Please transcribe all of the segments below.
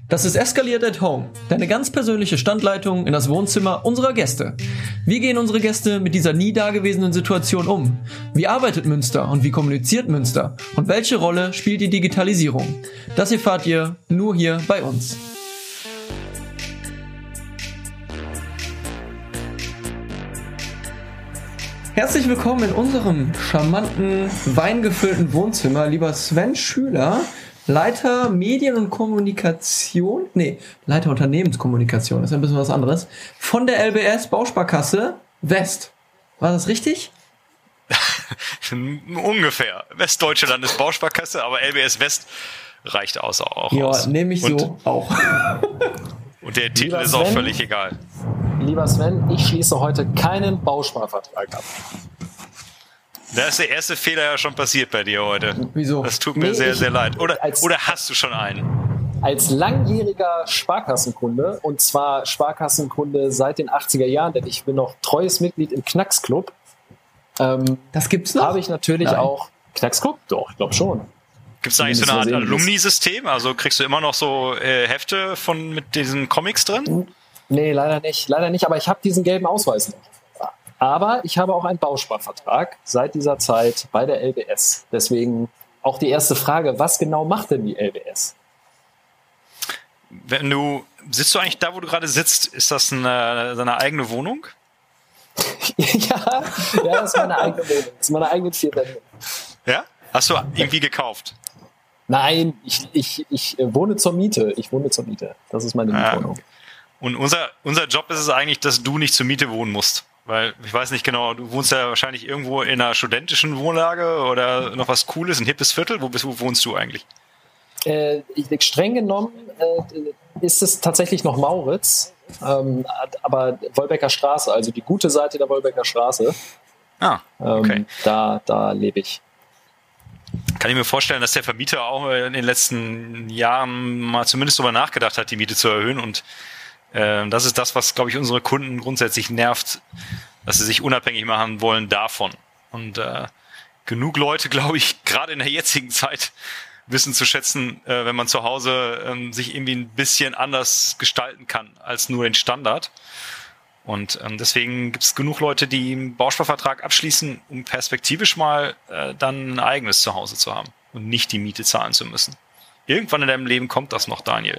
Das ist Eskaliert at Home, deine ganz persönliche Standleitung in das Wohnzimmer unserer Gäste. Wie gehen unsere Gäste mit dieser nie dagewesenen Situation um? Wie arbeitet Münster und wie kommuniziert Münster? Und welche Rolle spielt die Digitalisierung? Das erfahrt ihr nur hier bei uns. Herzlich willkommen in unserem charmanten, weingefüllten Wohnzimmer, lieber Sven Schüler, Leiter Medien und Kommunikation, Leiter Unternehmenskommunikation, das ist ein bisschen was anderes, von der LBS Bausparkasse West. War das richtig? Ungefähr. Westdeutsche Landesbausparkasse, aber LBS West reicht auch aus. Ja, nehme ich so auch. Und der Titel ist auch völlig egal. Lieber Sven, ich schließe heute keinen Bausparvertrag ab. Da ist der erste Fehler ja schon passiert bei dir heute. Wieso? Das tut mir sehr leid. Oder hast du schon einen? Als langjähriger Sparkassenkunde, und zwar Sparkassenkunde seit den 80er Jahren, denn ich bin noch treues Mitglied im Knacksclub. Das gibt's noch? Habe ich natürlich auch. Knacksclub? Doch, ich glaube schon. Gibt es eigentlich so eine Art Alumni-System? Also kriegst du immer noch so Hefte mit diesen Comics drin? Nee, leider nicht. Leider nicht, aber ich habe diesen gelben Ausweis noch. Aber ich habe auch einen Bausparvertrag seit dieser Zeit bei der LBS. Deswegen auch die erste Frage, was genau macht denn die LBS? Sitzt du eigentlich da, wo du gerade sitzt? Ist das deine eigene Wohnung? Ja, das ist meine eigene Wohnung. Das ist meine eigenen 4 Wände. Ja? Hast du irgendwie gekauft? Nein, ich wohne zur Miete. Ich wohne zur Miete. Das ist meine Mietwohnung. Und unser Job ist es eigentlich, dass du nicht zur Miete wohnen musst. Weil, ich weiß nicht genau, du wohnst ja wahrscheinlich irgendwo in einer studentischen Wohnlage oder noch was Cooles, ein hippes Viertel. Wo wohnst du eigentlich? Streng genommen ist es tatsächlich noch Mauritz, aber Wolbecker Straße, also die gute Seite der Wolbecker Straße. Okay. Da lebe ich. Kann ich mir vorstellen, dass der Vermieter auch in den letzten Jahren mal zumindest darüber nachgedacht hat, die Miete zu erhöhen. Und das ist das, was, glaube ich, unsere Kunden grundsätzlich nervt, dass sie sich unabhängig machen wollen davon. Und genug Leute, glaube ich, gerade in der jetzigen Zeit wissen zu schätzen, wenn man zu Hause sich irgendwie ein bisschen anders gestalten kann als nur den Standard. Und deswegen gibt es genug Leute, die einen Bausparvertrag abschließen, um perspektivisch mal dann ein eigenes Zuhause zu haben und nicht die Miete zahlen zu müssen. Irgendwann in deinem Leben kommt das noch, Daniel.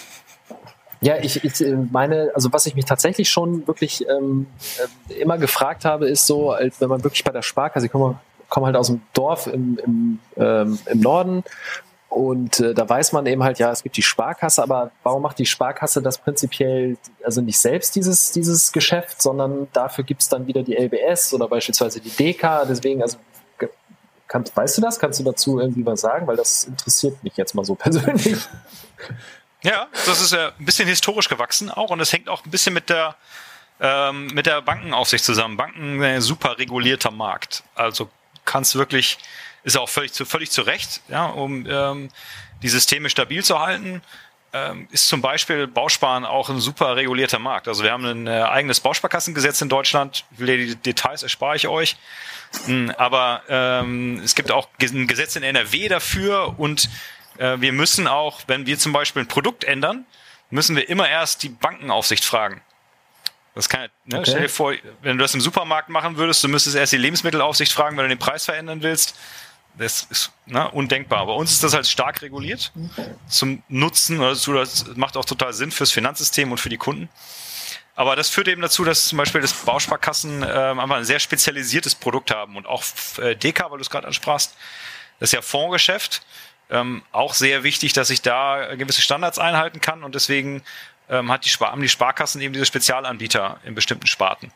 Ja, ich meine, also was ich mich tatsächlich schon wirklich immer gefragt habe, ist so, als wenn man wirklich bei der Sparkasse, ich komme halt aus dem Dorf im Norden, und da weiß man eben halt, ja, es gibt die Sparkasse, aber warum macht die Sparkasse das prinzipiell, also nicht selbst dieses Geschäft, sondern dafür gibt es dann wieder die LBS oder beispielsweise die DK, deswegen, also weißt du das? Kannst du dazu irgendwie was sagen? Weil das interessiert mich jetzt mal so persönlich. Ja, das ist ja ein bisschen historisch gewachsen auch, und das hängt auch ein bisschen mit der Bankenaufsicht zusammen. Banken ein super regulierter Markt. Also kannst wirklich, ist auch völlig zu Recht, ja, um die Systeme stabil zu halten, ist zum Beispiel Bausparen auch ein super regulierter Markt. Also wir haben ein eigenes Bausparkassengesetz in Deutschland. Die Details erspare ich euch. Aber es gibt auch ein Gesetz in NRW dafür, und wir müssen auch, wenn wir zum Beispiel ein Produkt ändern, müssen wir immer erst die Bankenaufsicht fragen. Das kann, okay. Stell dir vor, wenn du das im Supermarkt machen würdest, du müsstest erst die Lebensmittelaufsicht fragen, wenn du den Preis verändern willst. Das ist undenkbar. Bei uns ist das halt stark reguliert zum Nutzen. Das macht auch total Sinn fürs Finanzsystem und für die Kunden. Aber das führt eben dazu, dass zum Beispiel das Bausparkassen einfach ein sehr spezialisiertes Produkt haben. Und auch DK, weil du es gerade ansprachst, das ist ja Fondsgeschäft. Auch sehr wichtig, dass ich da gewisse Standards einhalten kann, und deswegen haben die Sparkassen eben diese Spezialanbieter in bestimmten Sparten.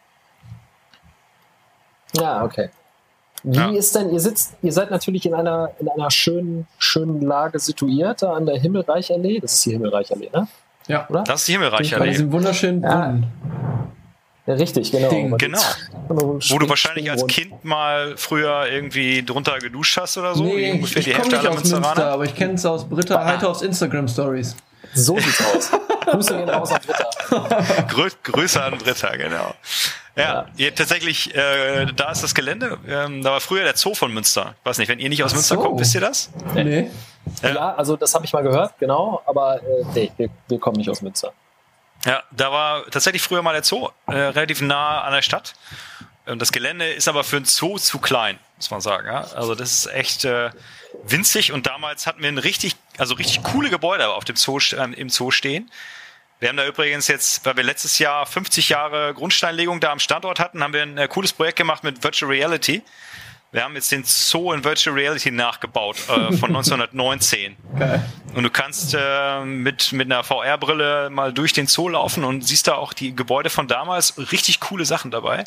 Ja, okay. Wie ist denn, ihr seid natürlich in einer schönen Lage situiert, da an der Himmelreichallee. Das ist die Himmelreichallee, ne? Ja, oder? Das ist die Himmelreichallee. Bei diesem wunderschönen Brunnen. Ja, richtig, genau. Genau. Wo du wahrscheinlich als Kind mal früher irgendwie drunter geduscht hast oder so. Nee, ungefähr ich komme nicht aus Münster, aber ich kenne es aus Britta Heithoffs Instagram-Stories. So sieht's aus. Grüße gehen raus an Britta. Grüße an Britta, genau. Ja, tatsächlich, da ist das Gelände. Da war früher der Zoo von Münster. Ich weiß nicht, wenn ihr nicht aus Münster kommt, wisst ihr das? Nee. Ja, also das habe ich mal gehört, genau, aber nee, wir kommen nicht aus Münster. Ja, da war tatsächlich früher mal der Zoo, relativ nah an der Stadt. Das Gelände ist aber für einen Zoo zu klein, muss man sagen. Ja? Also das ist echt winzig und damals hatten wir ein richtig coole Gebäude auf dem Zoo, im Zoo stehen. Wir haben da übrigens jetzt, weil wir letztes Jahr 50 Jahre Grundsteinlegung da am Standort hatten, haben wir ein cooles Projekt gemacht mit Virtual Reality. Wir haben jetzt den Zoo in Virtual Reality nachgebaut von 1919. Geil. Und du kannst mit einer VR-Brille mal durch den Zoo laufen und siehst da auch die Gebäude von damals. Richtig coole Sachen dabei.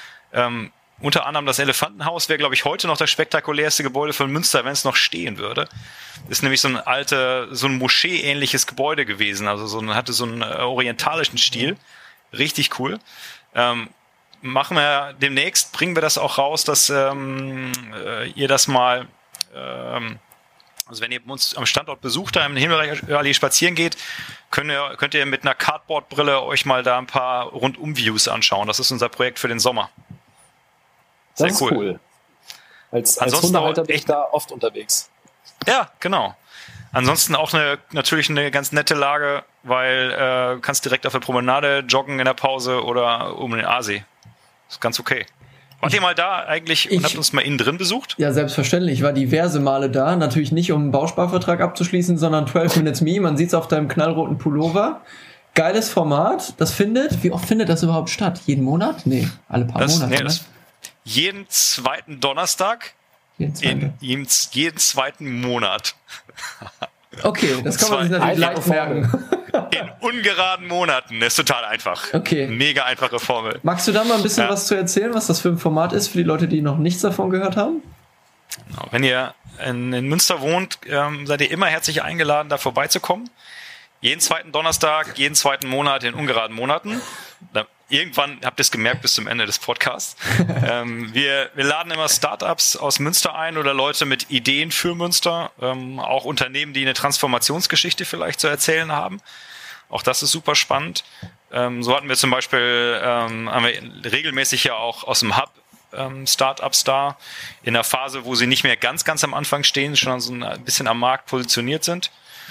Unter anderem das Elefantenhaus wäre, glaube ich, heute noch das spektakulärste Gebäude von Münster, wenn es noch stehen würde. Ist nämlich so ein Moschee-ähnliches Gebäude gewesen. Also hatte so einen orientalischen Stil. Richtig cool. Machen wir demnächst, bringen wir das auch raus, dass ihr das mal, also wenn ihr uns am Standort besucht, da im Himbeerallee spazieren geht, könnt ihr mit einer Cardboard-Brille euch mal da ein paar Rundum-Views anschauen. Das ist unser Projekt für den Sommer. Sehr das ist cool. Als Hundehalter bin ich da oft unterwegs. Ja, genau. Ansonsten auch natürlich eine ganz nette Lage, weil du kannst direkt auf der Promenade joggen in der Pause oder um den Aasee. Ist ganz okay. Wart ihr mal da eigentlich und habt uns mal innen drin besucht? Ja, selbstverständlich. Ich war diverse Male da. Natürlich nicht, um einen Bausparvertrag abzuschließen, sondern 12 Minutes Me. Man sieht es auf deinem knallroten Pullover. Geiles Format. Wie oft findet das überhaupt statt? Jeden Monat? Nee, alle paar Monate. Nee, jeden zweiten Donnerstag in jeden zweiten Monat. Okay, das kann man sich natürlich leicht merken. In ungeraden Monaten. Das ist total einfach. Okay. Mega einfache Formel. Magst du da mal ein bisschen was zu erzählen, was das für ein Format ist, für die Leute, die noch nichts davon gehört haben? Wenn ihr in Münster wohnt, seid ihr immer herzlich eingeladen, da vorbeizukommen. Jeden zweiten Donnerstag, jeden zweiten Monat in ungeraden Monaten. Irgendwann habt ihr es gemerkt bis zum Ende des Podcasts. Wir laden immer Startups aus Münster ein oder Leute mit Ideen für Münster. Auch Unternehmen, die eine Transformationsgeschichte vielleicht zu erzählen haben. Auch das ist super spannend. So hatten wir zum Beispiel haben wir regelmäßig ja auch aus dem Hub Startups da in der Phase, wo sie nicht mehr ganz am Anfang stehen, schon so ein bisschen am Markt positioniert sind.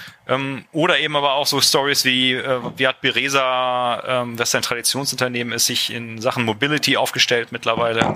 Oder eben aber auch so Stories wie hat Beresa, was ein Traditionsunternehmen ist, sich in Sachen Mobility aufgestellt mittlerweile.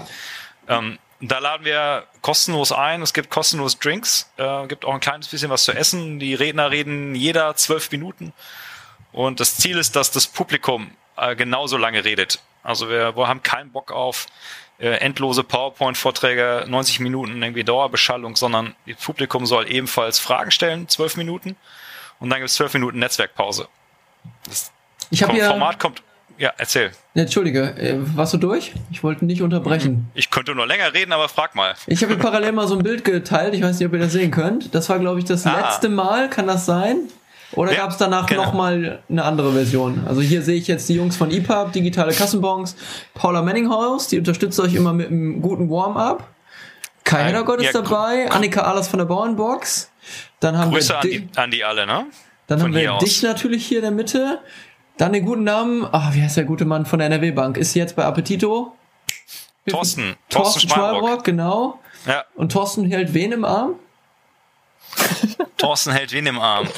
Da laden wir kostenlos ein, es gibt kostenlos Drinks, gibt auch ein kleines bisschen was zu essen. Die Redner reden jeder 12 Minuten und das Ziel ist, dass das Publikum genauso lange redet. Also wir haben keinen Bock auf endlose PowerPoint-Vorträge, 90 Minuten irgendwie Dauerbeschallung, sondern das Publikum soll ebenfalls Fragen stellen, 12 Minuten. Und dann gibt es 12 Minuten Netzwerkpause. Das Format kommt. Ja, erzähl. Entschuldige, warst du durch? Ich wollte nicht unterbrechen. Ich könnte nur länger reden, aber frag mal. Ich habe parallel mal so ein Bild geteilt. Ich weiß nicht, ob ihr das sehen könnt. Das war, glaube ich, das letzte Mal. Kann das sein? Oder gab es danach nochmal eine andere Version? Also hier sehe ich jetzt die Jungs von EPUB, digitale Kassenbons, Paula Menninghaus, die unterstützt euch immer mit einem guten Warm-up. Kai Heddergott ist dabei, Annika Ahlers von der Bauernbox. Dann haben Grüße an die alle, ne? Dann haben wir dich natürlich hier in der Mitte. Dann den guten Namen, wie heißt der gute Mann von der NRW Bank? Ist jetzt bei Appetito. Thorsten Schmalbrock, genau. Ja. Und Thorsten hält wen im Arm? Thorsten hält wen im Arm?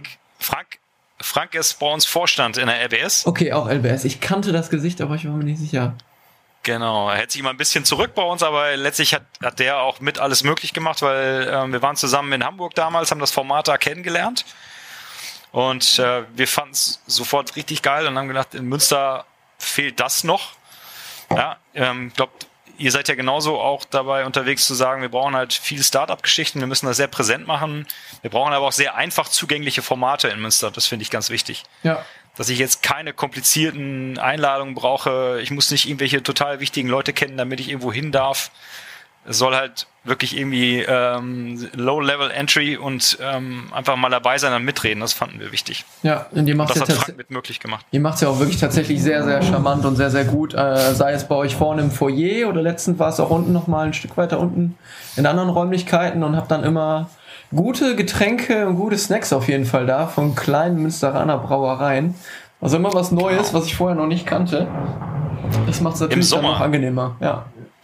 Frank ist bei uns Vorstand in der LBS. Okay, auch LBS. Ich kannte das Gesicht, aber ich war mir nicht sicher. Genau, er hält sich mal ein bisschen zurück bei uns, aber letztlich hat der auch mit alles möglich gemacht, weil wir waren zusammen in Hamburg damals, haben das Format da kennengelernt und wir fanden es sofort richtig geil und haben gedacht, in Münster fehlt das noch. Ja, ich glaube, ihr seid ja genauso auch dabei unterwegs zu sagen, wir brauchen halt viele Startup-Geschichten, wir müssen das sehr präsent machen, wir brauchen aber auch sehr einfach zugängliche Formate in Münster, das finde ich ganz wichtig. Ja. Dass ich jetzt keine komplizierten Einladungen brauche. Ich muss nicht irgendwelche total wichtigen Leute kennen, damit ich irgendwo hin darf. Es soll halt wirklich irgendwie Low-Level-Entry und einfach mal dabei sein und mitreden. Das fanden wir wichtig. Ja, und ihr macht das hat Frank mit möglich gemacht. Ihr macht es ja auch wirklich tatsächlich sehr, sehr charmant und sehr, sehr gut. Sei es bei euch vorne im Foyer oder letztens war es auch unten nochmal ein Stück weiter unten in anderen Räumlichkeiten und habt dann immer gute Getränke und gute Snacks auf jeden Fall da von kleinen Münsteraner Brauereien. Also immer was Neues, was ich vorher noch nicht kannte. Das macht es natürlich dann noch angenehmer. Ja.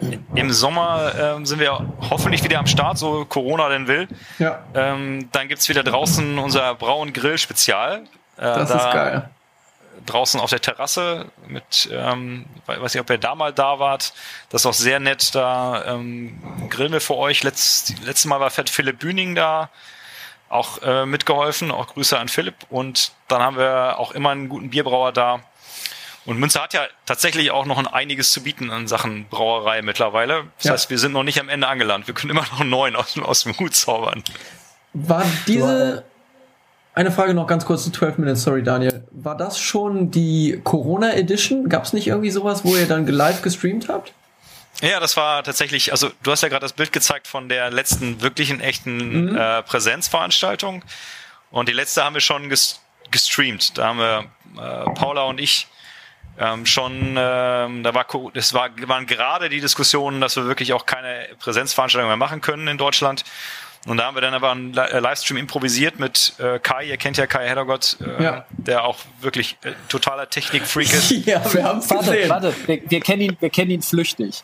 im Sommer sind wir hoffentlich wieder am Start, so Corona denn will. Ja. Dann gibt's wieder draußen unser Braun-Grill-Spezial. Das ist geil. Draußen auf der Terrasse mit, weiß nicht, ob ihr da mal da wart. Das ist auch sehr nett. Da grillen wir für euch. Letztes Mal war Philipp Bühning da, auch mitgeholfen. Auch Grüße an Philipp. Und dann haben wir auch immer einen guten Bierbrauer da. Und Münster hat ja tatsächlich auch noch einiges zu bieten an Sachen Brauerei mittlerweile. Das heißt, wir sind noch nicht am Ende angelangt. Wir können immer noch einen neuen aus dem Hut zaubern. War eine Frage noch ganz kurz zu 12 Minutes, sorry Daniel. War das schon die Corona Edition? Gab es nicht irgendwie sowas, wo ihr dann live gestreamt habt? Ja, das war tatsächlich, also du hast ja gerade das Bild gezeigt von der letzten wirklichen echten Präsenzveranstaltung. Und die letzte haben wir schon gestreamt. Da haben wir Paula und ich waren gerade die Diskussionen, dass wir wirklich auch keine Präsenzveranstaltung mehr machen können in Deutschland. Und da haben wir dann aber einen Livestream improvisiert mit Kai, ihr kennt ja Kai Heddergott, der auch wirklich totaler Technik-Freak ist. Ja, wir haben es gesehen. Warte, wir kennen ihn flüchtig.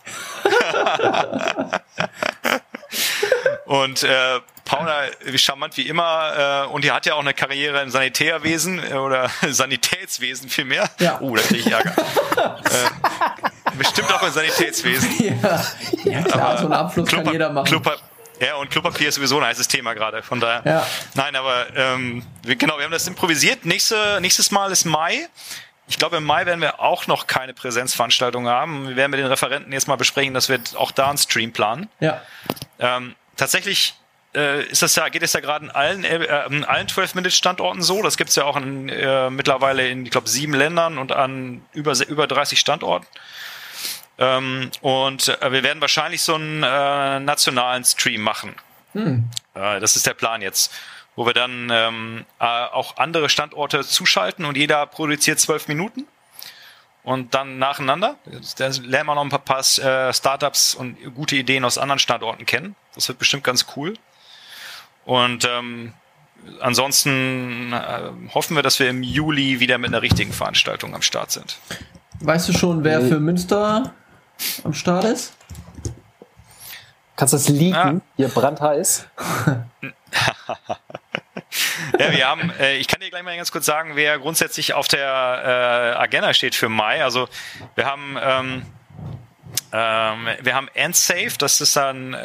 Und Paula, wie charmant wie immer, und die hat ja auch eine Karriere im Sanitärwesen oder Sanitätswesen vielmehr. Ja. Da kriege ich Ärger. Bestimmt auch im Sanitätswesen. Ja klar, aber so einen Abfluss kann jeder machen. Und Klopapier ist sowieso ein heißes Thema gerade, von daher. Ja. Nein, aber wir haben das improvisiert. Nächstes Mal ist Mai. Ich glaube, im Mai werden wir auch noch keine Präsenzveranstaltung haben. Wir werden mit den Referenten jetzt mal besprechen, dass wir auch da einen Stream planen. Ja. Tatsächlich geht es ja gerade in allen 12-Minute-Standorten so. Das gibt es ja auch mittlerweile in, ich glaube, 7 Ländern und an über 30 Standorten. Und wir werden wahrscheinlich so einen nationalen Stream machen. Das ist der Plan jetzt, wo wir dann auch andere Standorte zuschalten und jeder produziert 12 Minuten und dann nacheinander. Da lernen wir noch ein paar Startups und gute Ideen aus anderen Standorten kennen. Das wird bestimmt ganz cool. Und ansonsten hoffen wir, dass wir im Juli wieder mit einer richtigen Veranstaltung am Start sind. Weißt du schon, wer für Münster am Start ist? Kannst du das leaken? Hier brandheiß. Ja, wir haben, ich kann dir gleich mal ganz kurz sagen, wer grundsätzlich auf der Agenda steht für Mai. Also wir haben EndSafe, das ist dann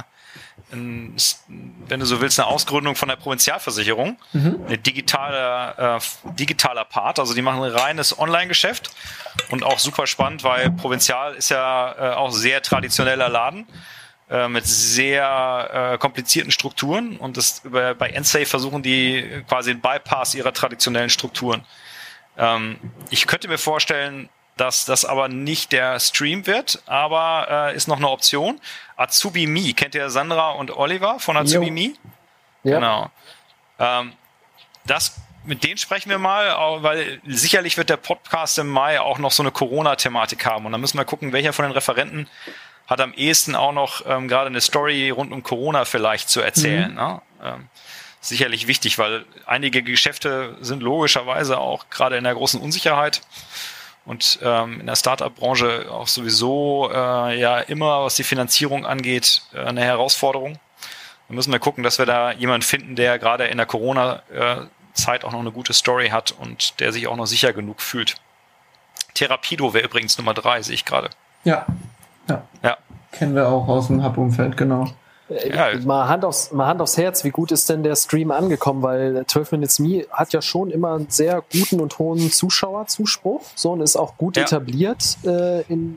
wenn du so willst, eine Ausgründung von der Provinzialversicherung. Ein digitaler Part. Also die machen ein reines Online-Geschäft und auch super spannend, weil Provinzial ist ja auch sehr traditioneller Laden mit sehr komplizierten Strukturen und bei EndSafe versuchen die quasi einen Bypass ihrer traditionellen Strukturen. Ich könnte mir vorstellen, dass das aber nicht der Stream wird, aber ist noch eine Option. Azubi.me, kennt ihr Sandra und Oliver von Azubi.me? Ja. Genau. Mit denen sprechen wir mal, weil sicherlich wird der Podcast im Mai auch noch so eine Corona-Thematik haben. Und dann müssen wir gucken, welcher von den Referenten hat am ehesten auch noch gerade eine Story rund um Corona vielleicht zu erzählen. Ne? Sicherlich wichtig, weil einige Geschäfte sind logischerweise auch gerade in der großen Unsicherheit. Und in der Startup-Branche auch sowieso immer, was die Finanzierung angeht, eine Herausforderung. Da müssen wir gucken, dass wir da jemanden finden, der gerade in der Corona-Zeit auch noch eine gute Story hat und der sich auch noch sicher genug fühlt. Therapido wäre übrigens Nummer 3, sehe ich gerade. Ja. Kennen wir auch aus dem Hub-Umfeld, genau. Mal Hand aufs Herz, wie gut ist denn der Stream angekommen? Weil 12 Minutes Me hat ja schon immer einen sehr guten und hohen Zuschauerzuspruch und ist auch gut etabliert in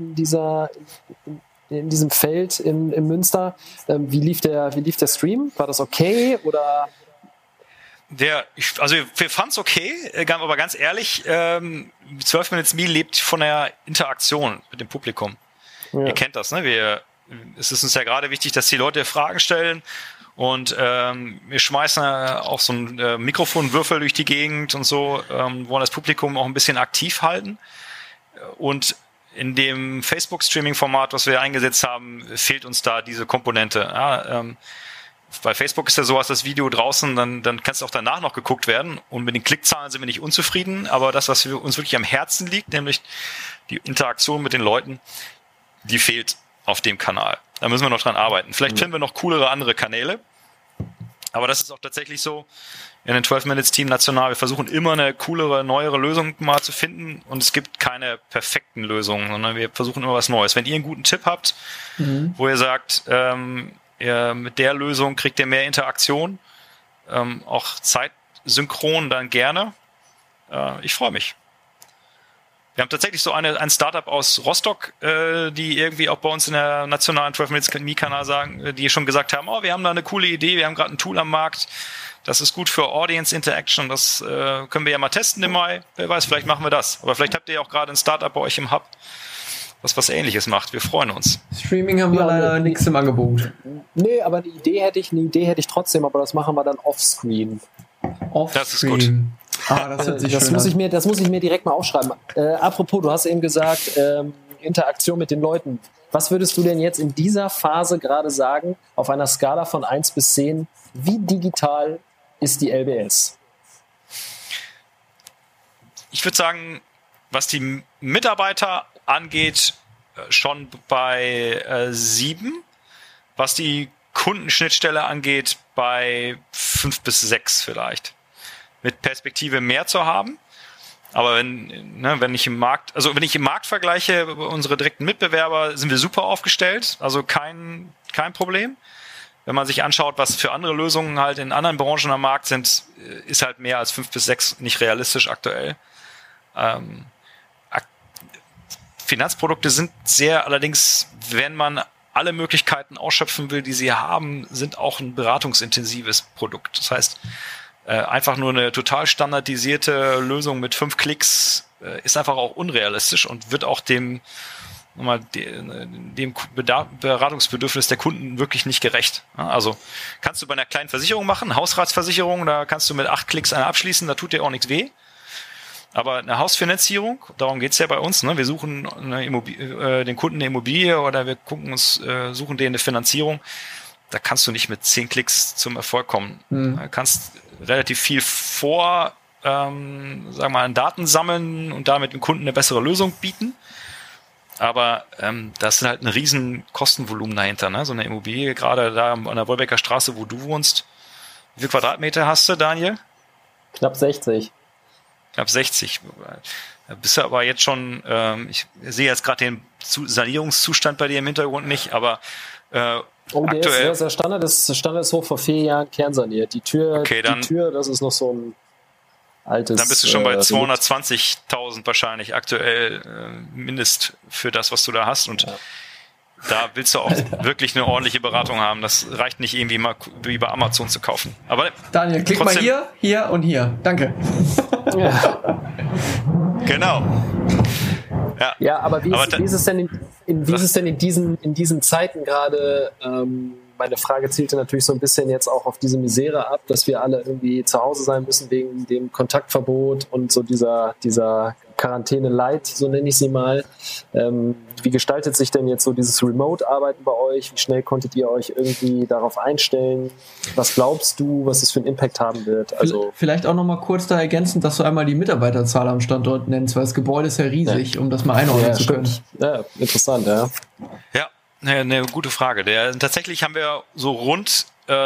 diesem Feld in Münster. Wie lief der Stream? War das okay oder? Wir fanden es okay, aber ganz ehrlich, 12 Minutes Me lebt von der Interaktion mit dem Publikum. Ja. Ihr kennt das, ne? Es ist uns ja gerade wichtig, dass die Leute Fragen stellen und wir schmeißen auch so einen Mikrofonwürfel durch die Gegend und so, wollen das Publikum auch ein bisschen aktiv halten. Und in dem Facebook-Streaming-Format, was wir eingesetzt haben, fehlt uns da diese Komponente. Ja, bei Facebook ist ja so, hast das Video draußen, dann kann es auch danach noch geguckt werden. Und mit den Klickzahlen sind wir nicht unzufrieden, aber das, was uns wirklich am Herzen liegt, nämlich die Interaktion mit den Leuten, die fehlt. auf dem Kanal. Da müssen wir noch dran arbeiten. Vielleicht finden wir noch coolere andere Kanäle. Aber das ist auch tatsächlich so in den 12 Minutes Team national. Wir versuchen immer eine coolere, neuere Lösung mal zu finden. Und es gibt keine perfekten Lösungen, sondern wir versuchen immer was Neues. Wenn ihr einen guten Tipp habt, wo ihr sagt, mit der Lösung kriegt ihr mehr Interaktion, auch zeitsynchron, dann gerne. Ich freue mich. Wir haben tatsächlich so ein Startup aus Rostock, die irgendwie auch bei uns in der nationalen 12 Minutes Me-Kanal sagen, die schon gesagt haben, wir haben da eine coole Idee, wir haben gerade ein Tool am Markt, das ist gut für Audience Interaction, das können wir ja mal testen im Mai. Wer weiß, vielleicht machen wir das. Aber vielleicht habt ihr ja auch gerade ein Startup bei euch im Hub, was Ähnliches macht. Wir freuen uns. Streaming haben wir leider nichts im Angebot. Nee, aber eine Idee hätte ich trotzdem, aber das machen wir dann offscreen. Das ist gut. Das hört sich das schön muss an. das muss ich mir direkt mal aufschreiben. Apropos, du hast eben gesagt, Interaktion mit den Leuten. Was würdest du denn jetzt in dieser Phase gerade sagen, auf einer Skala von 1 bis 10, wie digital ist die LBS? Ich würde sagen, was die Mitarbeiter angeht, schon bei 7. Was die Kundenschnittstelle angeht, bei 5 bis 6 vielleicht. Mit Perspektive mehr zu haben. Aber wenn ich im Markt vergleiche, unsere direkten Mitbewerber, sind wir super aufgestellt. Also kein Problem. Wenn man sich anschaut, was für andere Lösungen halt in anderen Branchen am Markt sind, ist halt mehr als 5 bis 6 nicht realistisch aktuell. Finanzprodukte sind allerdings, wenn man alle Möglichkeiten ausschöpfen will, die sie haben, sind auch ein beratungsintensives Produkt. Das heißt, einfach nur eine total standardisierte Lösung mit 5 Klicks ist einfach auch unrealistisch und wird auch dem Beratungsbedürfnis der Kunden wirklich nicht gerecht. Also kannst du bei einer kleinen Versicherung machen, Hausratsversicherung, da kannst du mit 8 Klicks eine abschließen, da tut dir auch nichts weh. Aber eine Hausfinanzierung, darum geht's ja bei uns, ne? Wir suchen den Kunden eine Immobilie oder wir suchen denen eine Finanzierung. Da kannst du nicht mit 10 Klicks zum Erfolg kommen. Du kannst relativ viel an Daten sammeln und damit dem Kunden eine bessere Lösung bieten. Aber das ist halt ein riesen Kostenvolumen dahinter, ne? So eine Immobilie, gerade da an der Wolbecker Straße, wo du wohnst. Wie viele Quadratmeter hast du, Daniel? Knapp 60. Knapp 60. Da bist du aber jetzt schon, ich sehe jetzt gerade den Sanierungszustand bei dir im Hintergrund nicht, aber aktuell. Der Standard ist hoch, vor 4 Jahren kernsaniert. Die Tür, das ist noch so ein altes. Dann bist du schon bei 220.000 wahrscheinlich aktuell Mindest für das, was du da hast. Und da willst du auch wirklich eine ordentliche Beratung haben. Das reicht nicht irgendwie mal wie bei Amazon zu kaufen. Aber Daniel, klick mal hier und hier. Danke. Ja. Genau. Ja, aber wie ist es denn in diesen Zeiten gerade? Meine Frage zielte natürlich so ein bisschen jetzt auch auf diese Misere ab, dass wir alle irgendwie zu Hause sein müssen wegen dem Kontaktverbot und so dieser Quarantäne Light, so nenne ich sie mal. Wie gestaltet sich denn jetzt so dieses Remote-Arbeiten bei euch? Wie schnell konntet ihr euch irgendwie darauf einstellen? Was glaubst du, was es für einen Impact haben wird? Also vielleicht auch noch mal kurz da ergänzend, dass du einmal die Mitarbeiterzahl am Standort nennst, weil das Gebäude ist ja riesig, um das mal einordnen zu können. Ja, interessant, ja. Ja, eine gute Frage. Tatsächlich haben wir so rund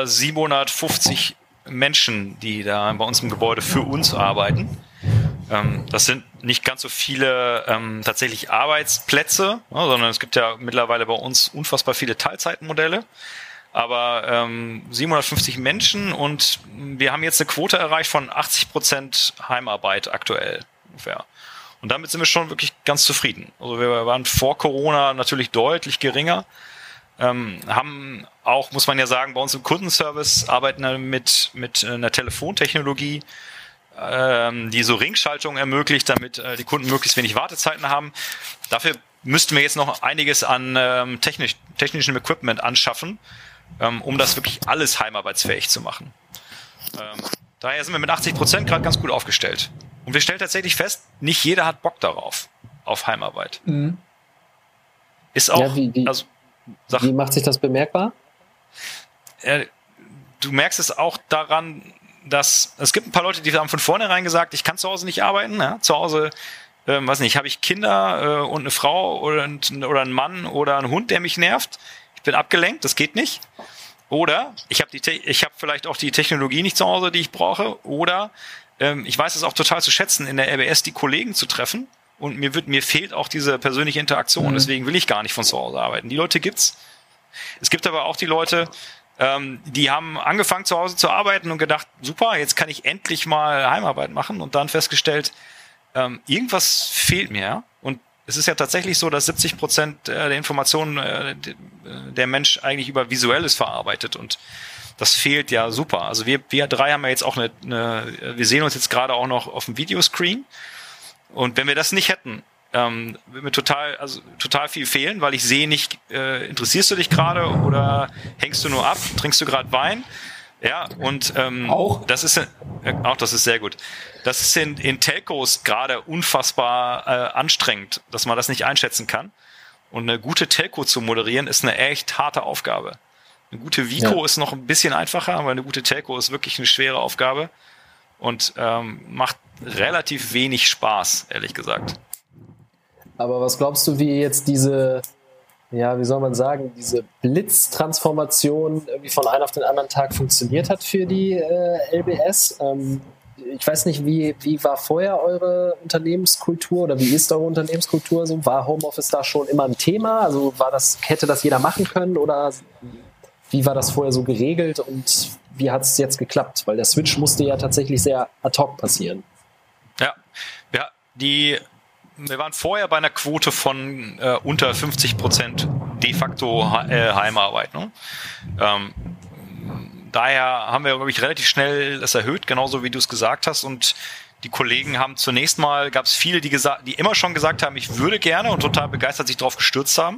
750 Menschen, die da bei uns im Gebäude für uns arbeiten. Das sind nicht ganz so viele tatsächlich Arbeitsplätze, sondern es gibt ja mittlerweile bei uns unfassbar viele Teilzeitmodelle. Aber 750 Menschen und wir haben jetzt eine Quote erreicht von 80% Heimarbeit aktuell ungefähr. Und damit sind wir schon wirklich ganz zufrieden. Also wir waren vor Corona natürlich deutlich geringer. Haben auch, muss man ja sagen, bei uns im Kundenservice arbeiten wir mit einer Telefontechnologie, die so Ringschaltung ermöglicht, damit die Kunden möglichst wenig Wartezeiten haben. Dafür müssten wir jetzt noch einiges an technischem Equipment anschaffen, um das wirklich alles heimarbeitsfähig zu machen. Daher sind wir mit 80% gerade ganz gut aufgestellt. Und wir stellen tatsächlich fest, nicht jeder hat Bock darauf, auf Heimarbeit. Mhm. Ist auch, wie macht sich das bemerkbar? Du merkst es auch daran, dass es gibt ein paar Leute, die haben von vornherein gesagt, ich kann zu Hause nicht arbeiten. Ja? Zu Hause weiß nicht, habe ich Kinder und eine Frau oder einen Mann oder einen Hund, der mich nervt. Ich bin abgelenkt, das geht nicht. Oder ich habe vielleicht auch die Technologie nicht zu Hause, die ich brauche. Oder ich weiß es auch total zu schätzen, in der RBS die Kollegen zu treffen. Und mir fehlt auch diese persönliche Interaktion. Deswegen will ich gar nicht von zu Hause arbeiten. Die Leute gibt's. Es gibt aber auch die Leute, die haben angefangen zu Hause zu arbeiten und gedacht, super, jetzt kann ich endlich mal Heimarbeit machen und dann festgestellt, irgendwas fehlt mir. Und es ist ja tatsächlich so, dass 70% der Informationen der Mensch eigentlich über Visuelles verarbeitet und das fehlt ja super. Also wir drei haben ja jetzt auch wir sehen uns jetzt gerade auch noch auf dem Videoscreen und wenn wir das nicht hätten, würde mir total viel fehlen, weil ich sehe nicht, interessierst du dich gerade oder hängst du nur ab, trinkst du gerade Wein? Ja, und auch? das ist sehr gut. Das ist in Telcos gerade unfassbar anstrengend, dass man das nicht einschätzen kann. Und eine gute Telco zu moderieren, ist eine echt harte Aufgabe. Eine gute Vico ist noch ein bisschen einfacher, aber eine gute Telco ist wirklich eine schwere Aufgabe und macht relativ wenig Spaß, ehrlich gesagt. Aber was glaubst du, wie jetzt diese, wie soll man sagen, diese Blitztransformation irgendwie von einem auf den anderen Tag funktioniert hat für die LBS? Ich weiß nicht, wie war vorher eure Unternehmenskultur oder wie ist eure Unternehmenskultur so? War Homeoffice da schon immer ein Thema? Also hätte das jeder machen können oder wie war das vorher so geregelt und wie hat es jetzt geklappt? Weil der Switch musste ja tatsächlich sehr ad hoc passieren. Ja, wir waren vorher bei einer Quote von unter 50% de facto Heimarbeit. Ne? Daher haben wir, glaube ich, relativ schnell das erhöht, genauso wie du es gesagt hast. Und die Kollegen haben zunächst mal, gab es viele, die immer schon gesagt haben, ich würde gerne und total begeistert sich darauf gestürzt haben.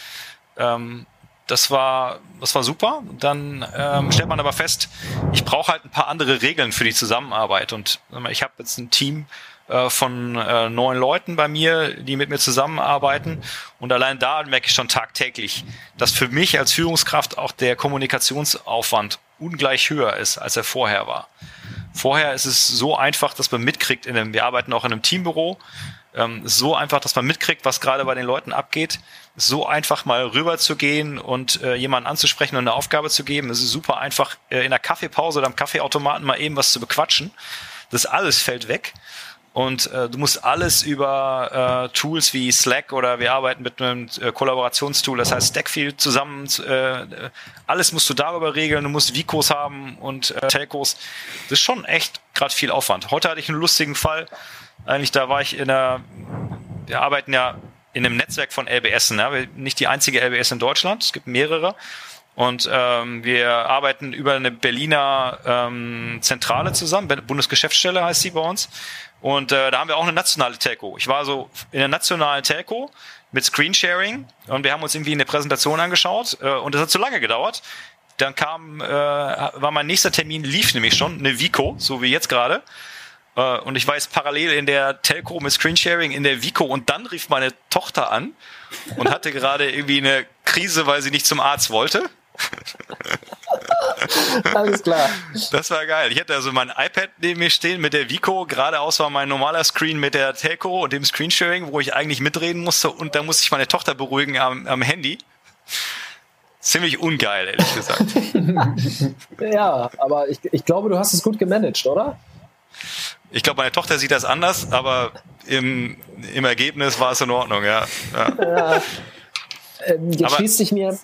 Das war super. Dann stellt man aber fest, ich brauche halt ein paar andere Regeln für die Zusammenarbeit. Und ich habe jetzt ein Team von 9 Leuten bei mir, die mit mir zusammenarbeiten. Und allein da merke ich schon tagtäglich, dass für mich als Führungskraft auch der Kommunikationsaufwand ungleich höher ist, als er vorher war. Vorher ist es so einfach, dass man mitkriegt, wir arbeiten auch in einem Teambüro, so einfach, dass man mitkriegt, was gerade bei den Leuten abgeht. So einfach mal rüber zu gehen und jemanden anzusprechen und eine Aufgabe zu geben. Es ist super einfach, in der Kaffeepause oder am Kaffeeautomaten mal eben was zu bequatschen. Das alles fällt weg. Und du musst alles über Tools wie Slack oder wir arbeiten mit einem Kollaborationstool, das heißt Stackfield zusammen. Alles musst du darüber regeln. Du musst Vicos haben und Telcos. Das ist schon echt gerade viel Aufwand. Heute hatte ich einen lustigen Fall. Eigentlich, da war ich wir arbeiten ja in einem Netzwerk von LBS. Ne? Nicht die einzige LBS in Deutschland. Es gibt mehrere. Und wir arbeiten über eine Berliner Zentrale zusammen. Bundesgeschäftsstelle heißt sie bei uns. Und da haben wir auch eine nationale Telco. Ich war so in der nationalen Telco mit Screensharing und wir haben uns irgendwie eine Präsentation angeschaut und das hat zu lange gedauert. Dann war mein nächster Termin, lief nämlich schon, eine Vico, so wie jetzt gerade. Und ich war jetzt parallel in der Telco mit Screensharing in der Vico und dann rief meine Tochter an und hatte gerade irgendwie eine Krise, weil sie nicht zum Arzt wollte. Alles klar. Das war geil. Ich hatte also mein iPad neben mir stehen mit der Vico. Geradeaus war mein normaler Screen mit der Telco und dem Screensharing, wo ich eigentlich mitreden musste. Und da musste ich meine Tochter beruhigen am Handy. Ziemlich ungeil, ehrlich gesagt. Ja, aber ich glaube, du hast es gut gemanagt, oder? Ich glaube, meine Tochter sieht das anders, aber im Ergebnis war es in Ordnung, ja. Jetzt schließt sich mir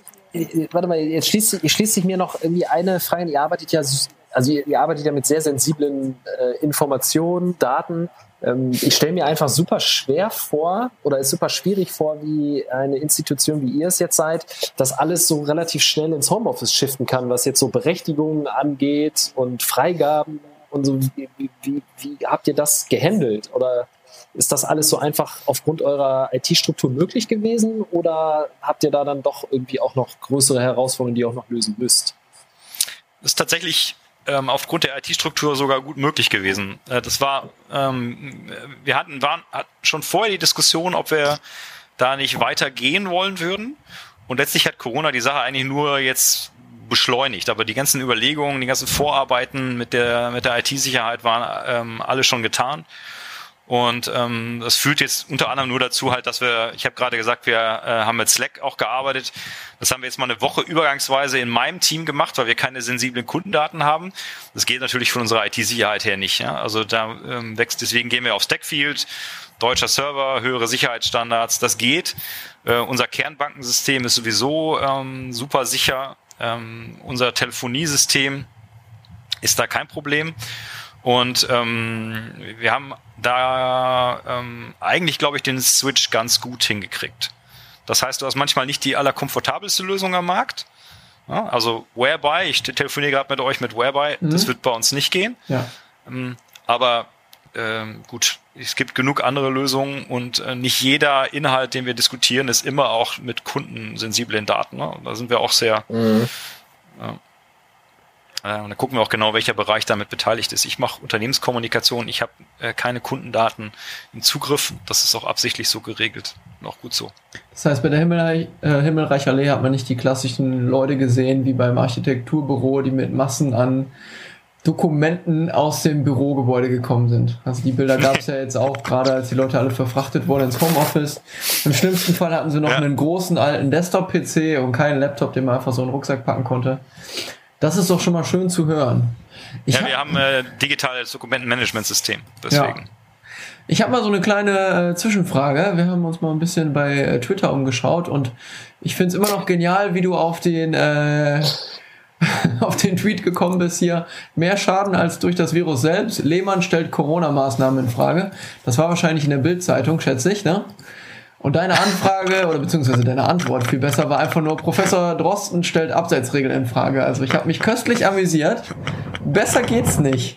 noch irgendwie eine Frage. Ihr arbeitet ja mit sehr sensiblen Informationen, Daten. Ich stelle mir einfach super schwer vor oder ist super schwierig vor, wie eine Institution, wie ihr es jetzt seid, das alles so relativ schnell ins Homeoffice shiften kann, was jetzt so Berechtigungen angeht und Freigaben und so. Wie habt ihr das gehandelt? Oder ist das alles so einfach aufgrund eurer IT-Struktur möglich gewesen oder habt ihr da dann doch irgendwie auch noch größere Herausforderungen, die ihr auch noch lösen müsst? Das ist tatsächlich aufgrund der IT-Struktur sogar gut möglich gewesen. Das war, wir hatten schon vorher die Diskussion, ob wir da nicht weitergehen wollen würden. Und letztlich hat Corona die Sache eigentlich nur jetzt beschleunigt. Aber die ganzen Überlegungen, die ganzen Vorarbeiten mit der IT-Sicherheit waren alle schon getan. Und das führt jetzt unter anderem nur dazu halt, dass ich habe gerade gesagt, wir haben mit Slack auch gearbeitet. Das haben wir jetzt mal eine Woche übergangsweise in meinem Team gemacht, weil wir keine sensiblen Kundendaten haben. Das geht natürlich von unserer IT-Sicherheit her nicht. Ja? Also da deswegen gehen wir auf Stackfield, deutscher Server, höhere Sicherheitsstandards, das geht. Unser Kernbankensystem ist sowieso super sicher. Unser Telefoniesystem ist da kein Problem. Und wir haben da eigentlich, glaube ich, den Switch ganz gut hingekriegt. Das heißt, du hast manchmal nicht die allerkomfortabelste Lösung am Markt. Ja, also Whereby, ich telefoniere gerade mit euch mit Whereby, das wird bei uns nicht gehen. Ja. Aber gut, es gibt genug andere Lösungen und nicht jeder Inhalt, den wir diskutieren, ist immer auch mit kundensensiblen Daten. Ne? Da sind wir auch sehr... Da gucken wir auch genau, welcher Bereich damit beteiligt ist. Ich mache Unternehmenskommunikation, ich habe keine Kundendaten im Zugriff. Das ist auch absichtlich so geregelt. Und auch gut so. Das heißt, bei der Himmelreich Allee hat man nicht die klassischen Leute gesehen, wie beim Architekturbüro, die mit Massen an Dokumenten aus dem Bürogebäude gekommen sind. Also die Bilder gab es ja jetzt auch, gerade als die Leute alle verfrachtet wurden ins Homeoffice. Im schlimmsten Fall hatten sie noch einen großen alten Desktop-PC und keinen Laptop, den man einfach so in den Rucksack packen konnte. Das ist doch schon mal schön zu hören. Wir haben digitales Dokumentenmanagementsystem. Deswegen. Ja. Ich habe mal so eine kleine Zwischenfrage. Wir haben uns mal ein bisschen bei Twitter umgeschaut und ich finde es immer noch genial, wie du auf den Tweet gekommen bist hier. Mehr Schaden als durch das Virus selbst. Lehmann stellt Corona-Maßnahmen in Frage. Das war wahrscheinlich in der Bild-Zeitung, schätze ich, ne? Und deine Anfrage, oder beziehungsweise deine Antwort viel besser, war einfach nur, Professor Drosten stellt Abseitsregeln in Frage. Also ich habe mich köstlich amüsiert. Besser geht's nicht.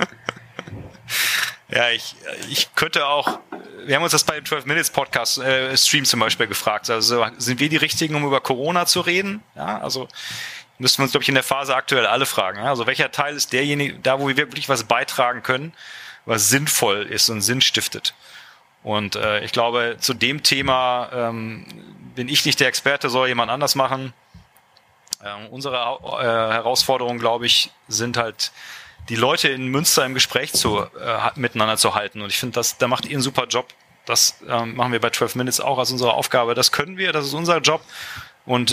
Ja, ich könnte auch, wir haben uns das bei dem 12 Minutes Podcast Stream zum Beispiel gefragt. Also sind wir die Richtigen, um über Corona zu reden? Ja, also müssten wir uns, glaube ich, in der Phase aktuell alle fragen. Ja? Also welcher Teil ist derjenige, da wo wir wirklich was beitragen können, was sinnvoll ist und Sinn stiftet? Und ich glaube, zu dem Thema bin ich nicht der Experte, soll jemand anders machen. Unsere Herausforderung, glaube ich, sind halt, die Leute in Münster im Gespräch miteinander zu halten. Und ich finde, da macht ihr einen super Job. Das machen wir bei 12 Minutes auch als unsere Aufgabe. Das können wir, das ist unser Job. Und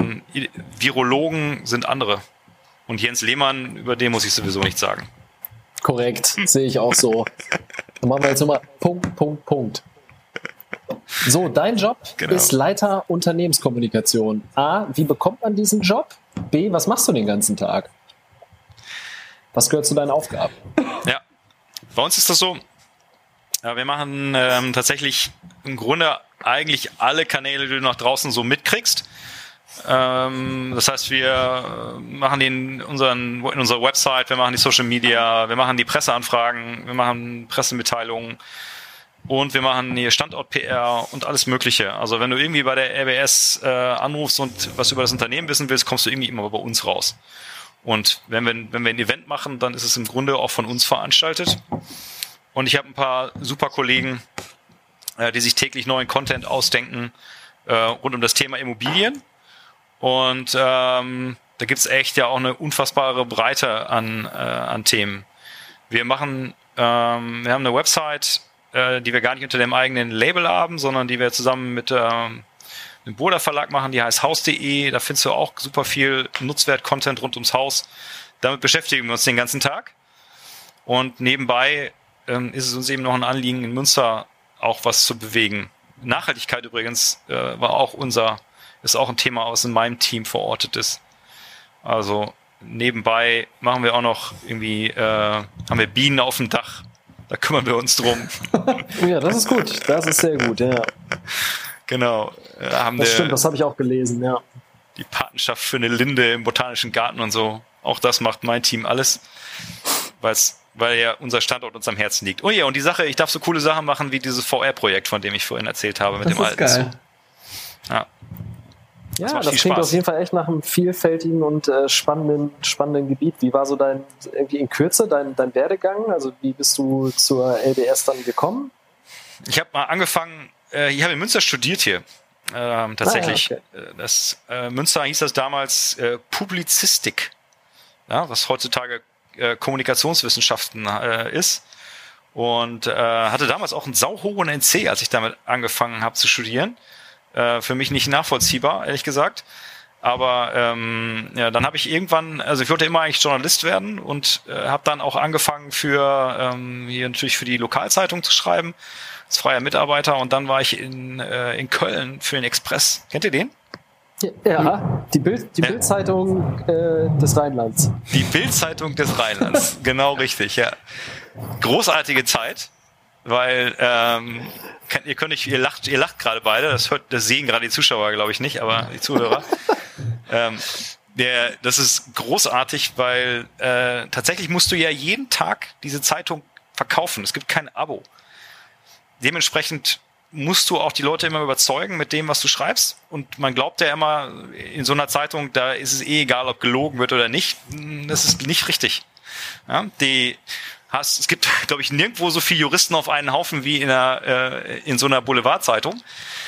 Virologen sind andere. Und Jens Lehmann, über den muss ich sowieso nichts sagen. Korrekt, sehe ich auch so. Dann machen wir jetzt nochmal Punkt. So, dein Job ist Leiter Unternehmenskommunikation. A, wie bekommt man diesen Job? B, was machst du den ganzen Tag? Was gehört zu deinen Aufgaben? Ja, bei uns ist das so, wir machen tatsächlich im Grunde eigentlich alle Kanäle, die du nach draußen so mitkriegst. Das heißt, wir machen in unserer Website, wir machen die Social Media, wir machen die Presseanfragen, wir machen Pressemitteilungen und wir machen hier Standort-PR und alles Mögliche. Also wenn du irgendwie bei der RBS anrufst und was über das Unternehmen wissen willst, kommst du irgendwie immer bei uns raus. Und wenn wir ein Event machen, dann ist es im Grunde auch von uns veranstaltet. Und ich habe ein paar super Kollegen, die sich täglich neuen Content ausdenken rund um das Thema Immobilien. Und da gibt's echt ja auch eine unfassbare Breite an Themen. Wir haben eine Website, die wir gar nicht unter dem eigenen Label haben, sondern die wir zusammen mit dem Burda Verlag machen, die heißt haus.de. Da findest du auch super viel Nutzwert-Content rund ums Haus. Damit beschäftigen wir uns den ganzen Tag. Und nebenbei ist es uns eben noch ein Anliegen, in Münster auch was zu bewegen. Nachhaltigkeit übrigens ist auch ein Thema, was in meinem Team verortet ist. Also nebenbei machen wir auch noch irgendwie, haben wir Bienen auf dem Dach. Da kümmern wir uns drum. Ja, das ist gut. Das ist sehr gut, ja. Genau. Stimmt, das habe ich auch gelesen, ja. Die Patenschaft für eine Linde im Botanischen Garten und so. Auch das macht mein Team alles, weil ja unser Standort uns am Herzen liegt. Oh ja, und die Sache, ich darf so coole Sachen machen wie dieses VR-Projekt, von dem ich vorhin erzählt habe, mit das dem ist alten. Geil. Ja, das klingt auf jeden Fall echt nach einem vielfältigen und spannenden Gebiet. Wie war so irgendwie in Kürze dein Werdegang? Also wie bist du zur LBS dann gekommen? Ich habe mal angefangen, ich habe in Münster studiert hier. Tatsächlich. Okay. Münster hieß das damals Publizistik, ja, was heutzutage Kommunikationswissenschaften ist. und hatte damals auch einen sauhohen NC, als ich damit angefangen habe zu studieren. Für mich nicht nachvollziehbar, ehrlich gesagt. Aber dann habe ich irgendwann, also ich wollte immer eigentlich Journalist werden und habe dann auch angefangen für hier natürlich für die Lokalzeitung zu schreiben, als freier Mitarbeiter. Und dann war ich in Köln für den Express. Kennt ihr den? Ja, die Bild-Zeitung des Rheinlands. Die Bild-Zeitung des Rheinlands, genau richtig, ja. Großartige Zeit, weil ihr lacht gerade beide, das sehen gerade die Zuschauer, glaube ich, nicht, aber die Zuhörer. Das ist großartig, weil tatsächlich musst du ja jeden Tag diese Zeitung verkaufen. Es gibt kein Abo. Dementsprechend musst du auch die Leute immer überzeugen mit dem, was du schreibst. Und man glaubt ja immer, in so einer Zeitung, da ist es egal, ob gelogen wird oder nicht. Das ist nicht richtig. Ja, es gibt, glaube ich, nirgendwo so viele Juristen auf einen Haufen wie in so einer Boulevardzeitung.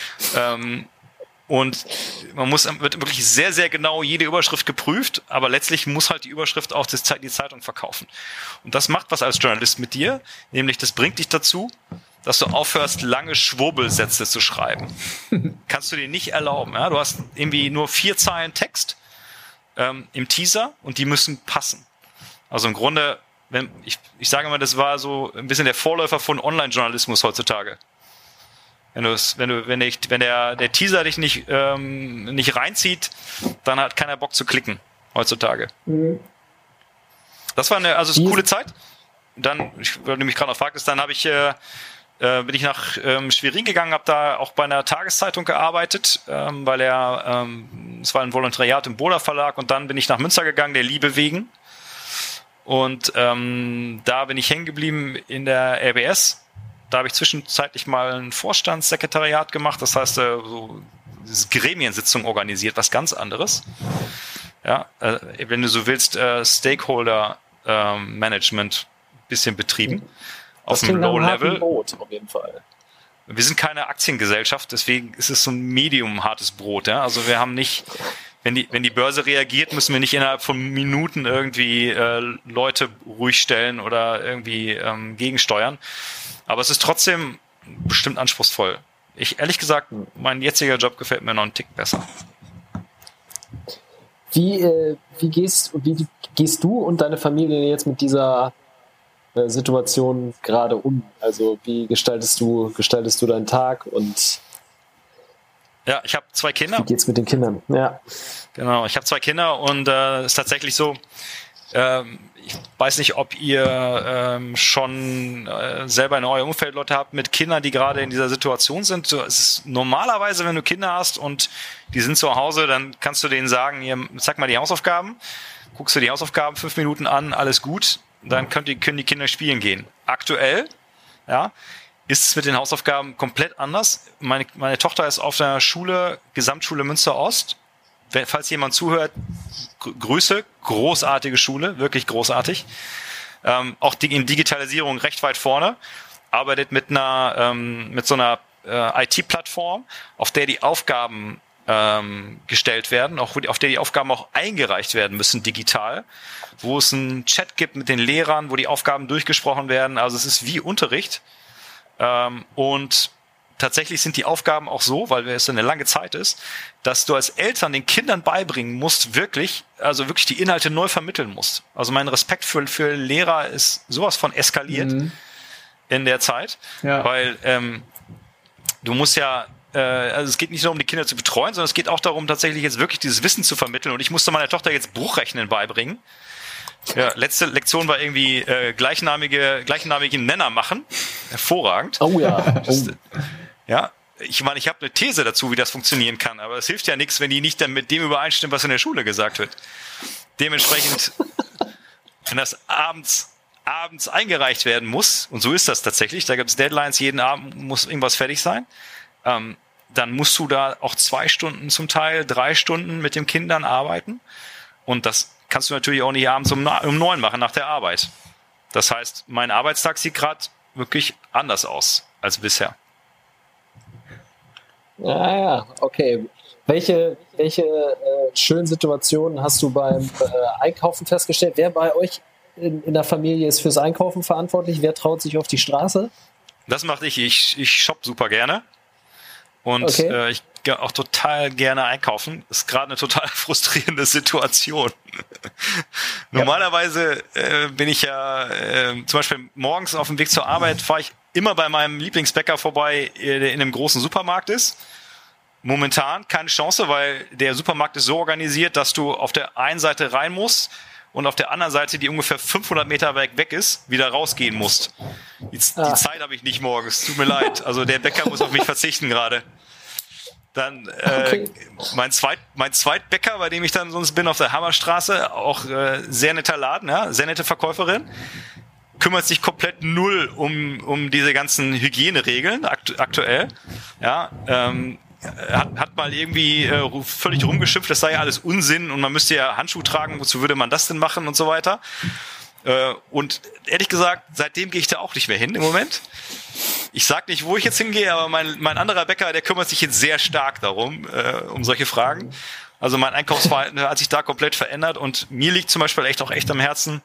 Und wird wirklich sehr, sehr genau jede Überschrift geprüft, aber letztlich muss halt die Überschrift auch die Zeitung verkaufen. Und das macht was als Journalist mit dir, nämlich das bringt dich dazu, dass du aufhörst, lange Schwurbelsätze zu schreiben. Kannst du dir nicht erlauben. Ja? Du hast irgendwie nur 4 Zeilen Text im Teaser und die müssen passen. Also im Grunde, ich sage mal, das war so ein bisschen der Vorläufer von Online-Journalismus heutzutage. Wenn der Teaser dich nicht reinzieht, dann hat keiner Bock zu klicken heutzutage. Mhm. Das war eine coole Zeit. Dann, weil du mich gerade noch fragtest, dann bin ich nach Schwerin gegangen, habe da auch bei einer Tageszeitung gearbeitet, weil es war ein Volontariat im Bohler Verlag, und dann bin ich nach Münster gegangen, der Liebe wegen. Und da bin ich hängen geblieben in der RBS. Da habe ich zwischenzeitlich mal ein Vorstandssekretariat gemacht, das heißt, so Gremiensitzung organisiert, was ganz anderes. Ja, wenn du so willst, Stakeholder Management bisschen betrieben. Auf dem Low-Level. Auf jeden Fall. Wir sind keine Aktiengesellschaft, deswegen ist es so ein Medium hartes Brot. Ja? Also wir haben nicht, wenn die Börse reagiert, müssen wir nicht innerhalb von Minuten irgendwie Leute ruhig stellen oder irgendwie gegensteuern. Aber es ist trotzdem bestimmt anspruchsvoll. Ehrlich gesagt, mein jetziger Job gefällt mir noch einen Tick besser. Wie gehst du und deine Familie jetzt mit dieser Situation gerade um? Also wie gestaltest du deinen Tag und ja, ich habe 2 Kinder. Wie geht's mit den Kindern? Ja. Genau, ich habe 2 Kinder und es ist tatsächlich so, ich weiß nicht, ob ihr schon selber in eurem Umfeld Leute habt mit Kindern, die gerade in dieser Situation sind. So, es ist normalerweise, wenn du Kinder hast und die sind zu Hause, dann kannst du denen sagen, zeig mal die Hausaufgaben, guckst du die Hausaufgaben 5 Minuten an, alles gut, dann können die Kinder spielen gehen. Aktuell, ja, ist es mit den Hausaufgaben komplett anders. Meine Tochter ist auf der Schule, Gesamtschule Münster Ost. Falls jemand zuhört, Grüße, großartige Schule, wirklich großartig. Auch in Digitalisierung recht weit vorne. Arbeitet mit so einer IT-Plattform, auf der die Aufgaben gestellt werden, auf der die Aufgaben auch eingereicht werden müssen digital, wo es einen Chat gibt mit den Lehrern, wo die Aufgaben durchgesprochen werden. Also es ist wie Unterricht. Und tatsächlich sind die Aufgaben auch so, weil es eine lange Zeit ist, dass du als Eltern den Kindern beibringen musst, wirklich die Inhalte neu vermitteln musst. Also mein Respekt für Lehrer ist sowas von eskaliert in der Zeit, weil du musst ja, also es geht nicht nur um die Kinder zu betreuen, sondern es geht auch darum, tatsächlich jetzt wirklich dieses Wissen zu vermitteln. Und ich musste meiner Tochter jetzt Bruchrechnen beibringen. Ja, letzte Lektion war irgendwie gleichnamigen Nenner machen. Hervorragend. Oh ja. Ja, ich meine, ich habe eine These dazu, wie das funktionieren kann, aber es hilft ja nichts, wenn die nicht dann mit dem übereinstimmt, was in der Schule gesagt wird. Dementsprechend, wenn das abends eingereicht werden muss, und so ist das tatsächlich, da gibt es Deadlines, jeden Abend muss irgendwas fertig sein, dann musst du da auch 2 Stunden zum Teil, 3 Stunden mit den Kindern arbeiten, und das kannst du natürlich auch nicht abends um 9 machen nach der Arbeit. Das heißt, mein Arbeitstag sieht gerade wirklich anders aus als bisher. Ja, okay. Welche schönen Situationen hast du beim Einkaufen festgestellt? Wer bei euch in der Familie ist fürs Einkaufen verantwortlich? Wer traut sich auf die Straße? Das mache ich. Ich shop super gerne. Und ich gehe auch total gerne einkaufen. Ist gerade eine total frustrierende Situation. Normalerweise bin ich ja zum Beispiel morgens auf dem Weg zur Arbeit, fahre ich immer bei meinem Lieblingsbäcker vorbei, der in einem großen Supermarkt ist. Momentan keine Chance, weil der Supermarkt ist so organisiert, dass du auf der einen Seite rein musst und auf der anderen Seite, die ungefähr 500 Meter weg ist, wieder rausgehen musst. Die Zeit habe ich nicht morgens, tut mir leid. Also der Bäcker muss auf mich verzichten gerade. Dann mein Zweitbäcker, bei dem ich dann sonst bin, auf der Hammerstraße, auch sehr netter Laden, ja, sehr nette Verkäuferin, kümmert sich komplett null um diese ganzen Hygieneregeln aktuell. Ja, hat mal irgendwie völlig rumgeschimpft, das sei ja alles Unsinn und man müsste ja Handschuhe tragen, wozu würde man das denn machen und so weiter. Und ehrlich gesagt, seitdem gehe ich da auch nicht mehr hin im Moment. Ich sag nicht, wo ich jetzt hingehe, aber mein anderer Bäcker, der kümmert sich jetzt sehr stark darum, um solche Fragen. Also mein Einkaufsverhalten hat sich da komplett verändert und mir liegt zum Beispiel echt am Herzen,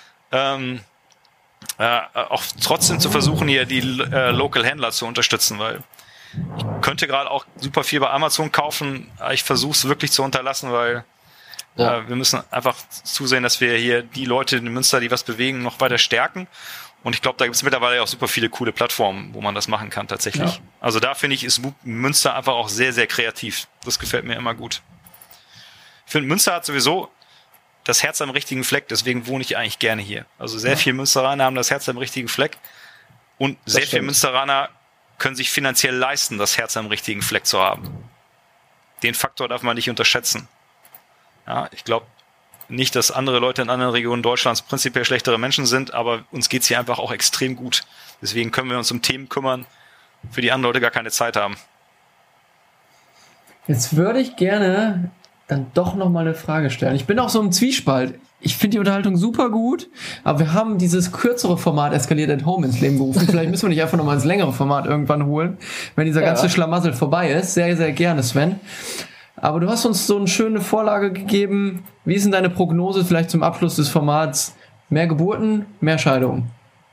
auch trotzdem zu versuchen, hier die Local-Händler zu unterstützen, weil ich könnte gerade auch super viel bei Amazon kaufen, aber ich versuche es wirklich zu unterlassen, weil wir müssen einfach zusehen, dass wir hier die Leute in Münster, die was bewegen, noch weiter stärken. Und ich glaube, da gibt es mittlerweile auch super viele coole Plattformen, wo man das machen kann tatsächlich. Ja. Also da finde ich, ist Münster einfach auch sehr, sehr kreativ. Das gefällt mir immer gut. Ich finde, Münster hat sowieso das Herz am richtigen Fleck, deswegen wohne ich eigentlich gerne hier. Also sehr viele Münsteraner haben das Herz am richtigen Fleck und sehr viele Münsteraner können sich finanziell leisten, das Herz am richtigen Fleck zu haben. Den Faktor darf man nicht unterschätzen. Ja, ich glaube nicht, dass andere Leute in anderen Regionen Deutschlands prinzipiell schlechtere Menschen sind, aber uns geht's hier einfach auch extrem gut. Deswegen können wir uns um Themen kümmern, für die andere Leute gar keine Zeit haben. Jetzt würde ich gerne dann doch nochmal eine Frage stellen. Ich bin auch so im Zwiespalt. Ich finde die Unterhaltung super gut, aber wir haben dieses kürzere Format Eskaliert at Home ins Leben gerufen. Vielleicht müssen wir nicht einfach nochmal ins längere Format irgendwann holen, wenn dieser ganze Schlamassel vorbei ist. Sehr, sehr gerne, Sven. Aber du hast uns so eine schöne Vorlage gegeben. Wie ist denn deine Prognose vielleicht zum Abschluss des Formats? Mehr Geburten, mehr Scheidungen?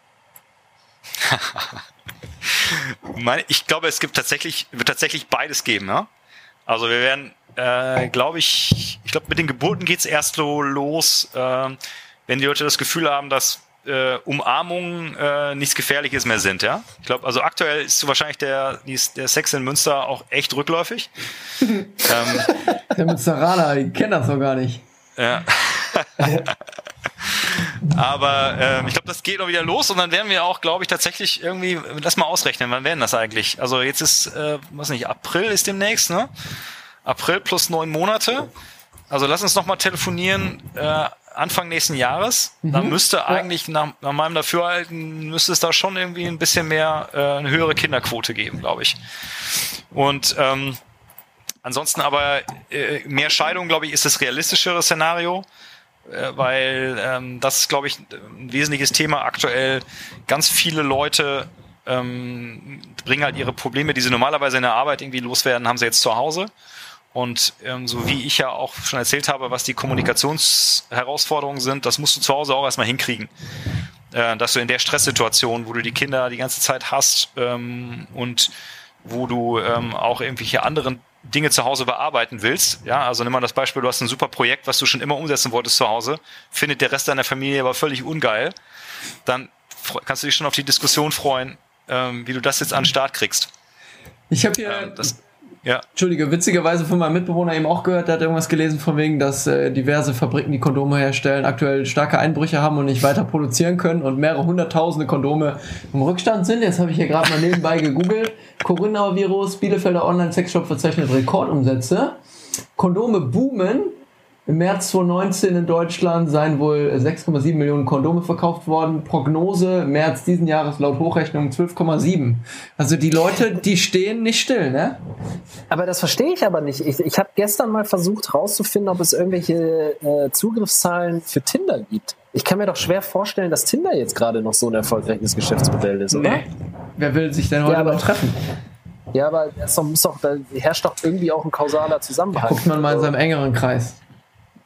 Ich glaube, wird tatsächlich beides geben. Ne? Also wir werden, glaube ich, mit den Geburten geht's erst so los, wenn die Leute das Gefühl haben, dass Umarmungen nichts Gefährliches mehr sind, ja. Ich glaube, also aktuell ist so wahrscheinlich der Sex in Münster auch echt rückläufig. Der Münsteraner, die kennen das doch gar nicht. Ja. Aber ich glaube, das geht auch wieder los und dann werden wir auch, glaube ich, tatsächlich irgendwie das mal ausrechnen. Wann werden das eigentlich? Also jetzt ist, April ist demnächst, ne? April plus 9 Monate. Also lass uns nochmal telefonieren, Anfang nächsten Jahres. Da müsste eigentlich nach meinem Dafürhalten müsste es da schon irgendwie ein bisschen mehr eine höhere Kinderquote geben, glaube ich. Und ansonsten aber mehr Scheidungen, glaube ich, ist das realistischere Szenario, weil das ist, glaube ich, ein wesentliches Thema aktuell. Ganz viele Leute bringen halt ihre Probleme, die sie normalerweise in der Arbeit irgendwie loswerden, haben sie jetzt zu Hause. Und so wie ich ja auch schon erzählt habe, was die Kommunikationsherausforderungen sind, das musst du zu Hause auch erstmal hinkriegen. Dass du in der Stresssituation, wo du die Kinder die ganze Zeit hast und wo du auch irgendwelche anderen Dinge zu Hause bearbeiten willst. Ja, also nimm mal das Beispiel, du hast ein super Projekt, was du schon immer umsetzen wolltest zu Hause, findet der Rest deiner Familie aber völlig ungeil. Dann kannst du dich schon auf die Diskussion freuen, wie du das jetzt an den Start kriegst. Ich habe hier... Entschuldige, witzigerweise von meinem Mitbewohner eben auch gehört, der hat irgendwas gelesen von wegen, dass diverse Fabriken, die Kondome herstellen, aktuell starke Einbrüche haben und nicht weiter produzieren können und mehrere hunderttausende Kondome im Rückstand sind. Jetzt habe ich hier gerade mal nebenbei gegoogelt. Coronavirus, Bielefelder Online-Sexshop verzeichnet Rekordumsätze. Kondome boomen. Im März 2019 in Deutschland seien wohl 6,7 Millionen Kondome verkauft worden. Prognose März diesen Jahres laut Hochrechnung 12,7. Also die Leute, die stehen nicht still, ne? Aber das verstehe ich aber nicht. Ich habe gestern mal versucht rauszufinden, ob es irgendwelche Zugriffszahlen für Tinder gibt. Ich kann mir doch schwer vorstellen, dass Tinder jetzt gerade noch so ein erfolgreiches Geschäftsmodell ist, oder? Nee. Wer will sich denn heute noch treffen? Ja, aber da herrscht doch irgendwie auch ein kausaler Zusammenhang. Guckt man mal in seinem engeren Kreis.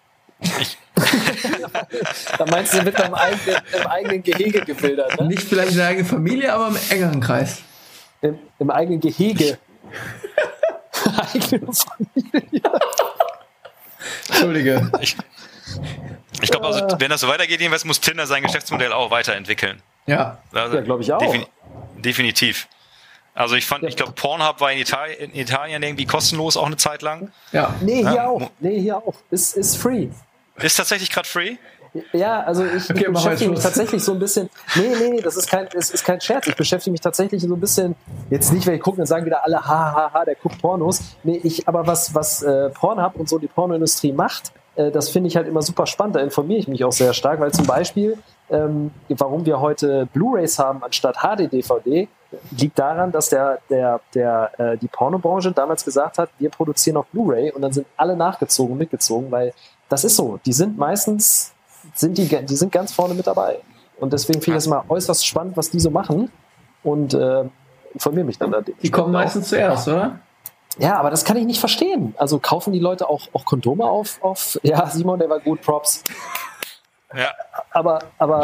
Da meinst du, wird im eigenen Gehege gewildert, ne? Nicht vielleicht in der eigenen Familie, aber im engeren Kreis. Im eigenen Gehege. Eigene Familie. Entschuldige. Ich glaube, also, wenn das so weitergeht, jedenfalls muss Tinder sein Geschäftsmodell auch weiterentwickeln. Ja. Also, Ja, glaube ich auch. Definitiv. Also ich glaube, Pornhub war in Italien irgendwie kostenlos auch eine Zeit lang. Ja. Nee, hier auch. Ist free. Ist tatsächlich gerade free? Ja, also ich beschäftige mich tatsächlich so ein bisschen. Nee, das ist kein Scherz. Ich beschäftige mich tatsächlich so ein bisschen. Jetzt nicht, wenn ich gucke und sagen wieder alle, der guckt Pornos. Nee, aber was Pornhub und so die Pornoindustrie macht, das finde ich halt immer super spannend. Da informiere ich mich auch sehr stark, weil zum Beispiel, warum wir heute Blu-rays haben anstatt HD-DVD, liegt daran, dass die Pornobranche damals gesagt hat, wir produzieren auch Blu-ray, und dann sind alle mitgezogen, weil das ist so. Die sind meistens die sind ganz vorne mit dabei. Und deswegen finde ich das immer äußerst spannend, was die so machen, und informiere mich dann da. Die kommen meistens zuerst, oder? Ja, aber das kann ich nicht verstehen. Also kaufen die Leute auch Kondome auf? Ja, Simon, der war gut, Props. Ja. Aber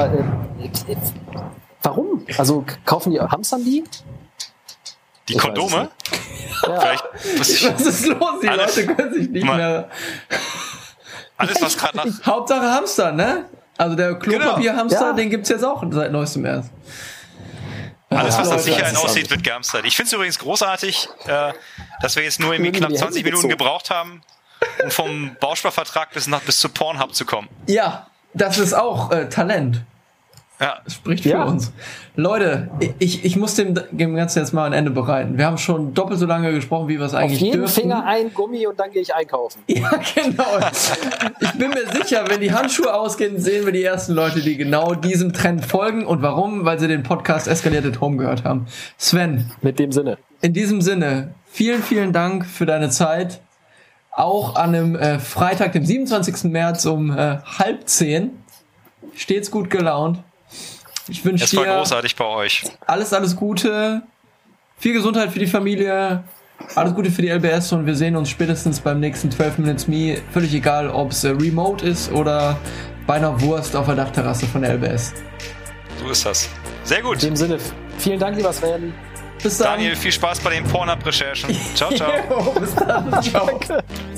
warum? Also hamstern die? Die Kondome? Ja. Vielleicht, Was ist los? Die Leute können sich nicht mehr... Alles, was gerade nach... Hauptsache Hamster, ne? Also der Klopapierhamster, Genau. Den gibt's jetzt auch seit neuestem erst. Alles, was nach Leute, Sicherheit das ist aussieht, wird gehamstert. Ich finde es übrigens großartig, dass wir jetzt nur irgendwie knapp 20 Minuten gebraucht haben, um vom Bausparvertrag bis zu Pornhub zu kommen. Ja, das ist auch Talent. Ja. Das spricht für uns. Leute, ich muss dem Ganzen jetzt mal ein Ende bereiten. Wir haben schon doppelt so lange gesprochen, wie wir es eigentlich dürfen. Auf jeden Finger ein Gummi und dann gehe ich einkaufen. Ja, genau. Ich bin mir sicher, wenn die Handschuhe ausgehen, sehen wir die ersten Leute, die genau diesem Trend folgen. Und warum? Weil sie den Podcast Escalated Home gehört haben. Sven. Mit dem Sinne. In diesem Sinne, vielen, vielen Dank für deine Zeit. Auch an einem Freitag, dem 27. März um 9:30. Stets gut gelaunt. Ich wünsche dir... Es war großartig bei euch. Alles Gute. Viel Gesundheit für die Familie. Alles Gute für die LBS, und wir sehen uns spätestens beim nächsten 12 Minutes Me. Völlig egal, ob es remote ist oder bei einer Wurst auf der Dachterrasse von der LBS. So ist das. Sehr gut. In dem Sinne, vielen Dank, lieber Sven. Bis dann. Daniel, viel Spaß bei den Pornhub-Recherchen. Ciao, ciao. Bis dann. Ciao.